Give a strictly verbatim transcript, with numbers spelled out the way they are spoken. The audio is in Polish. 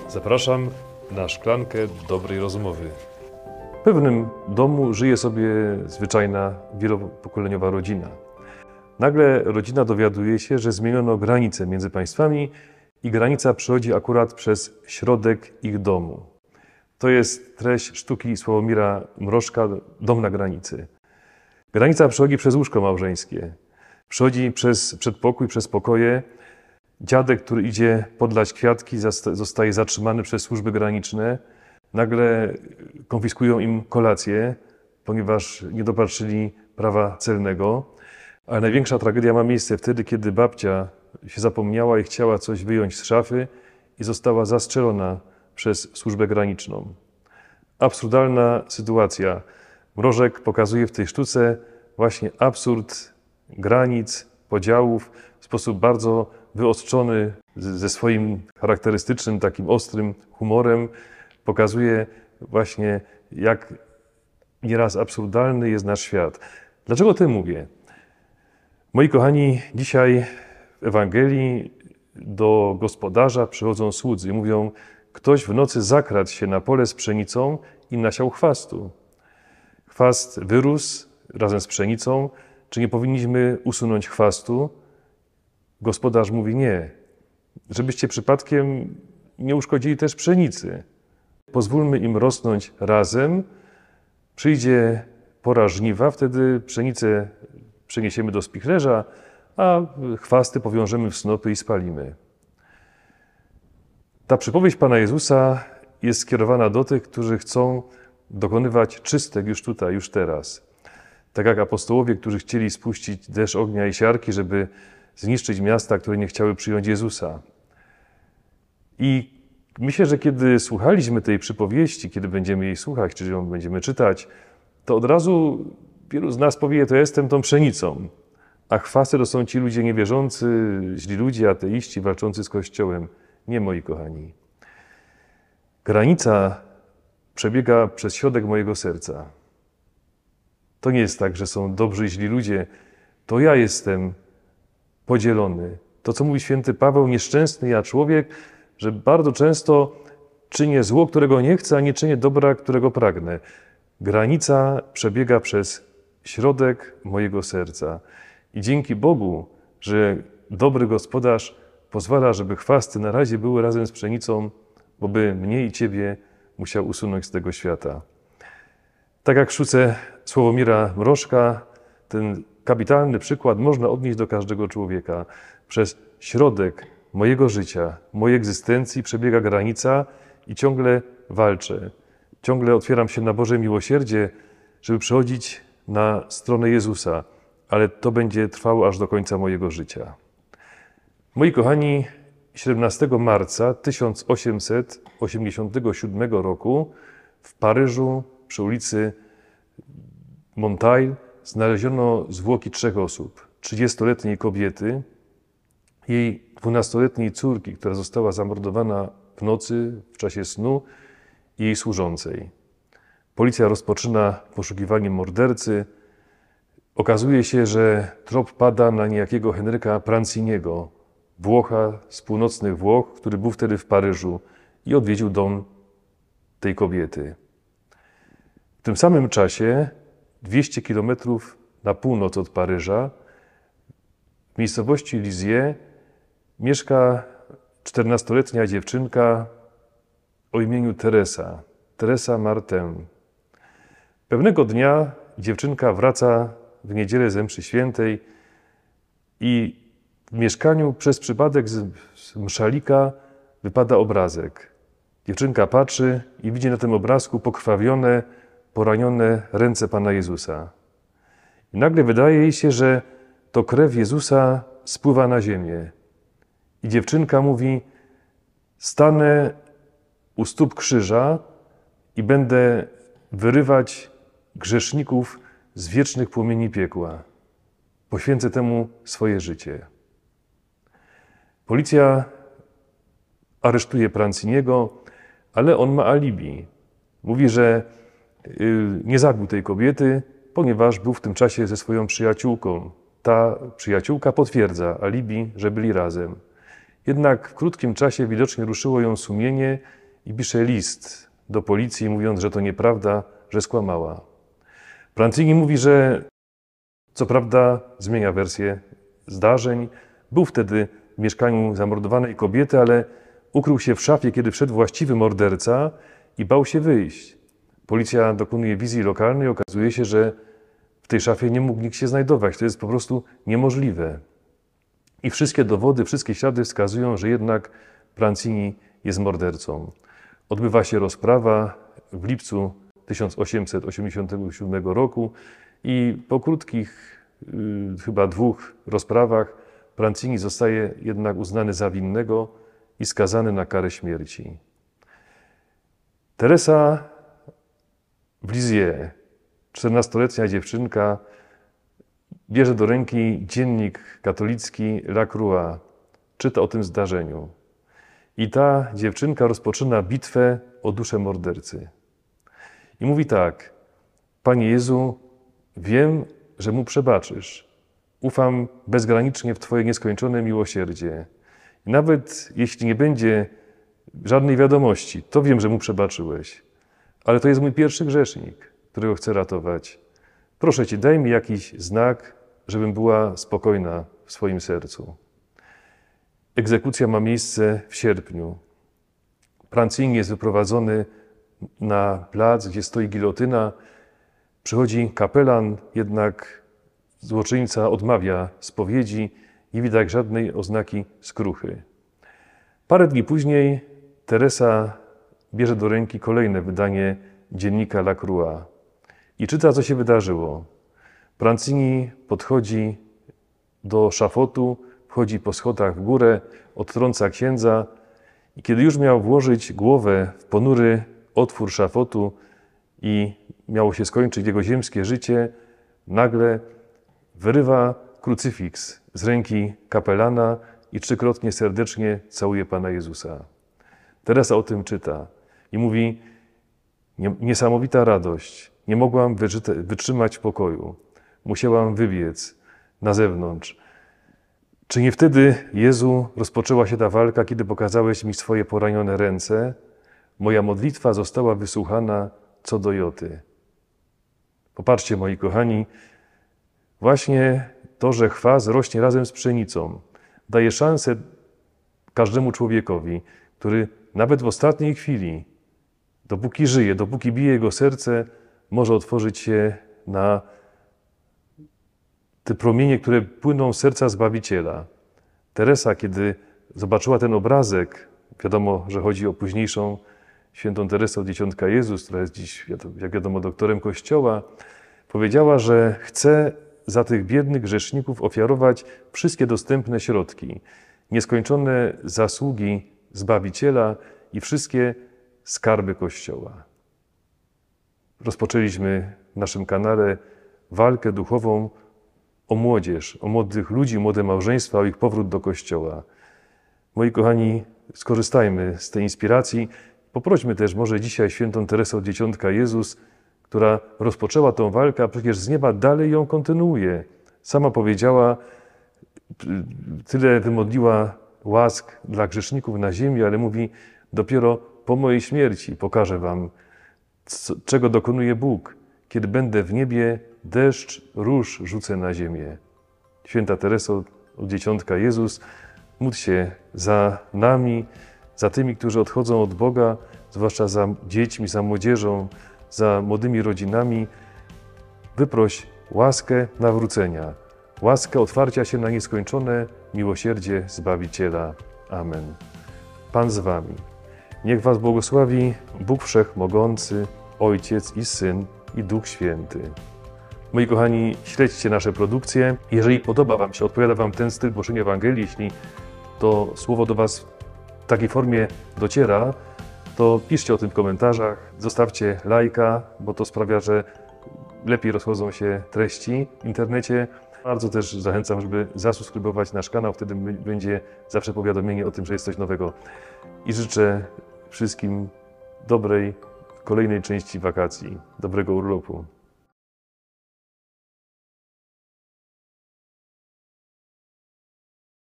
Zapraszam na szklankę dobrej rozmowy. W pewnym domu żyje sobie zwyczajna, wielopokoleniowa rodzina. Nagle rodzina dowiaduje się, że zmieniono granice między państwami i granica przechodzi akurat przez środek ich domu. To jest treść sztuki Sławomira Mrożka „Dom na granicy”. Granica przechodzi przez łóżko małżeńskie, przechodzi przez przedpokój, przez pokoje. Dziadek, który idzie podlać kwiatki, zostaje zatrzymany przez służby graniczne. Nagle konfiskują im kolację, ponieważ nie dopatrzyli prawa celnego. Ale największa tragedia ma miejsce wtedy, kiedy babcia się zapomniała i chciała coś wyjąć z szafy i została zastrzelona przez służbę graniczną. Absurdalna sytuacja. Mrożek pokazuje w tej sztuce właśnie absurd granic, podziałów w sposób bardzo wyostrzony, ze swoim charakterystycznym, takim ostrym humorem. Pokazuje właśnie, jak nieraz absurdalny jest nasz świat. Dlaczego o tym mówię? Moi kochani, dzisiaj w Ewangelii do gospodarza przychodzą słudzy i mówią: ktoś w nocy zakradł się na pole z pszenicą i nasiał chwastu. Chwast wyrósł razem z pszenicą. Czy nie powinniśmy usunąć chwastu? Gospodarz mówi: nie, żebyście przypadkiem nie uszkodzili też pszenicy. Pozwólmy im rosnąć razem. Przyjdzie pora żniwa, wtedy pszenicę przeniesiemy do spichlerza, a chwasty powiążemy w snopy i spalimy. Ta przypowieść Pana Jezusa jest skierowana do tych, którzy chcą dokonywać czystek już tutaj, już teraz. Tak jak apostołowie, którzy chcieli spuścić deszcz ognia i siarki, żeby zniszczyć miasta, które nie chciały przyjąć Jezusa. I myślę, że kiedy słuchaliśmy tej przypowieści, kiedy będziemy jej słuchać, czy ją będziemy czytać, to od razu wielu z nas powie: to ja jestem tą pszenicą, a chwasty to są ci ludzie niewierzący, źli ludzie, ateiści, walczący z Kościołem. Nie, moi kochani. Granica przebiega przez środek mojego serca. To nie jest tak, że są dobrzy i źli ludzie. To ja jestem podzielony. To, co mówi święty Paweł: nieszczęsny ja człowiek, że bardzo często czynię zło, którego nie chcę, a nie czynię dobra, którego pragnę. Granica przebiega przez środek mojego serca. I dzięki Bogu, że dobry gospodarz pozwala, żeby chwasty na razie były razem z pszenicą, bo by mnie i Ciebie musiał usunąć z tego świata. Tak jak w sztuce Sławomira Mrożka, ten kapitalny przykład można odnieść do każdego człowieka. Przez środek mojego życia, mojej egzystencji przebiega granica i ciągle walczę. Ciągle otwieram się na Boże miłosierdzie, żeby przechodzić na stronę Jezusa, ale to będzie trwało aż do końca mojego życia. Moi kochani, siedemnastego marca tysiąc osiemset osiemdziesiątego siódmego roku w Paryżu przy ulicy Montaille znaleziono zwłoki trzech osób. trzydziestoletniej kobiety, jej dwunastoletniej córki, która została zamordowana w nocy w czasie snu, i jej służącej. Policja rozpoczyna poszukiwanie mordercy. Okazuje się, że trop pada na niejakiego Henryka Pranciniego, Włocha z północnych Włoch, który był wtedy w Paryżu i odwiedził dom tej kobiety. W tym samym czasie, dwieście kilometrów na północ od Paryża, w miejscowości Lisieux mieszka czternastoletnia dziewczynka o imieniu Teresa, Teresa Martin. Pewnego dnia dziewczynka wraca w niedzielę ze mszy świętej i w mieszkaniu przez przypadek z, z mszalika wypada obrazek. Dziewczynka patrzy i widzi na tym obrazku pokrwawione, poranione ręce Pana Jezusa. I nagle wydaje jej się, że to krew Jezusa spływa na ziemię. I dziewczynka mówi: stanę u stóp krzyża i będę wyrywać grzeszników z wiecznych płomieni piekła. Poświęcę temu swoje życie. Policja aresztuje Pranciniego, ale on ma alibi. Mówi, że nie zabił tej kobiety, ponieważ był w tym czasie ze swoją przyjaciółką. Ta przyjaciółka potwierdza alibi, że byli razem. Jednak w krótkim czasie widocznie ruszyło ją sumienie i pisze list do policji, mówiąc, że to nieprawda, że skłamała. Pranzini mówi, że co prawda zmienia wersję zdarzeń. Był wtedy w mieszkaniu zamordowanej kobiety, ale ukrył się w szafie, kiedy wszedł właściwy morderca i bał się wyjść. Policja dokonuje wizji lokalnej i okazuje się, że w tej szafie nie mógł nikt się znajdować. To jest po prostu niemożliwe. I wszystkie dowody, wszystkie ślady wskazują, że jednak Pranzini jest mordercą. Odbywa się rozprawa w lipcu tysiąc osiemset osiemdziesiątego siódmego roku i po krótkich, yy, chyba dwóch rozprawach Pranzini zostaje jednak uznany za winnego i skazany na karę śmierci. Teresa w Lisieux, czternastoletnia dziewczynka, bierze do ręki dziennik katolicki La Croix, czyta o tym zdarzeniu. I ta dziewczynka rozpoczyna bitwę o duszę mordercy. I mówi tak: Panie Jezu, wiem, że mu przebaczysz. Ufam bezgranicznie w Twoje nieskończone miłosierdzie. I nawet jeśli nie będzie żadnej wiadomości, to wiem, że mu przebaczyłeś. Ale to jest mój pierwszy grzesznik, którego chcę ratować. Proszę Cię, daj mi jakiś znak, żebym była spokojna w swoim sercu. Egzekucja ma miejsce w sierpniu. Pranzini jest wyprowadzony na plac, gdzie stoi gilotyna. Przychodzi kapelan, jednak złoczyńca odmawia spowiedzi, nie widać żadnej oznaki skruchy. Parę dni później Teresa bierze do ręki kolejne wydanie dziennika La Croix i czyta, co się wydarzyło. Pranzini podchodzi do szafotu, wchodzi po schodach w górę, odtrąca księdza i kiedy już miał włożyć głowę w ponury otwór szafotu i miało się skończyć jego ziemskie życie, nagle wyrywa krucyfiks z ręki kapelana i trzykrotnie serdecznie całuje Pana Jezusa. Teresa o tym czyta i mówi: niesamowita radość, nie mogłam wytrzymać w pokoju, musiałam wybiec na zewnątrz. Czy nie wtedy, Jezu, rozpoczęła się ta walka, kiedy pokazałeś mi swoje poranione ręce? Moja modlitwa została wysłuchana co do joty. Popatrzcie, moi kochani, właśnie to, że chwast rośnie razem z pszenicą, daje szansę każdemu człowiekowi, który nawet w ostatniej chwili, dopóki żyje, dopóki bije jego serce, może otworzyć się na te promienie, które płyną z serca Zbawiciela. Teresa, kiedy zobaczyła ten obrazek, wiadomo, że chodzi o późniejszą świętą Teresę od Dzieciątka Jezus, która jest dziś, jak wiadomo, doktorem Kościoła, powiedziała, że chce za tych biednych grzeszników ofiarować wszystkie dostępne środki, nieskończone zasługi Zbawiciela i wszystkie skarby Kościoła. Rozpoczęliśmy w naszym kanale walkę duchową o młodzież, o młodych ludzi, młode małżeństwa, o ich powrót do Kościoła. Moi kochani, skorzystajmy z tej inspiracji. Poprośmy też może dzisiaj świętą Teresę od Dzieciątka Jezus, która rozpoczęła tę walkę, a przecież z nieba dalej ją kontynuuje. Sama powiedziała, tyle wymodliła łask dla grzeszników na ziemi, ale mówi: dopiero po mojej śmierci pokażę wam, co, czego dokonuje Bóg. Kiedy będę w niebie, deszcz róż rzucę na ziemię. Święta Tereso od Dzieciątka Jezus, módl się za nami, za tymi, którzy odchodzą od Boga, zwłaszcza za dziećmi, za młodzieżą, za młodymi rodzinami. Wyproś łaskę nawrócenia, łaskę otwarcia się na nieskończone miłosierdzie Zbawiciela. Amen. Pan z wami. Niech was błogosławi Bóg Wszechmogący, Ojciec i Syn i Duch Święty. Moi kochani, śledźcie nasze produkcje. Jeżeli podoba wam się, odpowiada wam ten styl głoszenia Ewangelii, jeśli to słowo do was w takiej formie dociera, to piszcie o tym w komentarzach, zostawcie lajka, bo to sprawia, że lepiej rozchodzą się treści w internecie. Bardzo też zachęcam, żeby zasubskrybować nasz kanał, wtedy będzie zawsze powiadomienie o tym, że jest coś nowego. I życzę wszystkim dobrej kolejnej części wakacji, dobrego urlopu.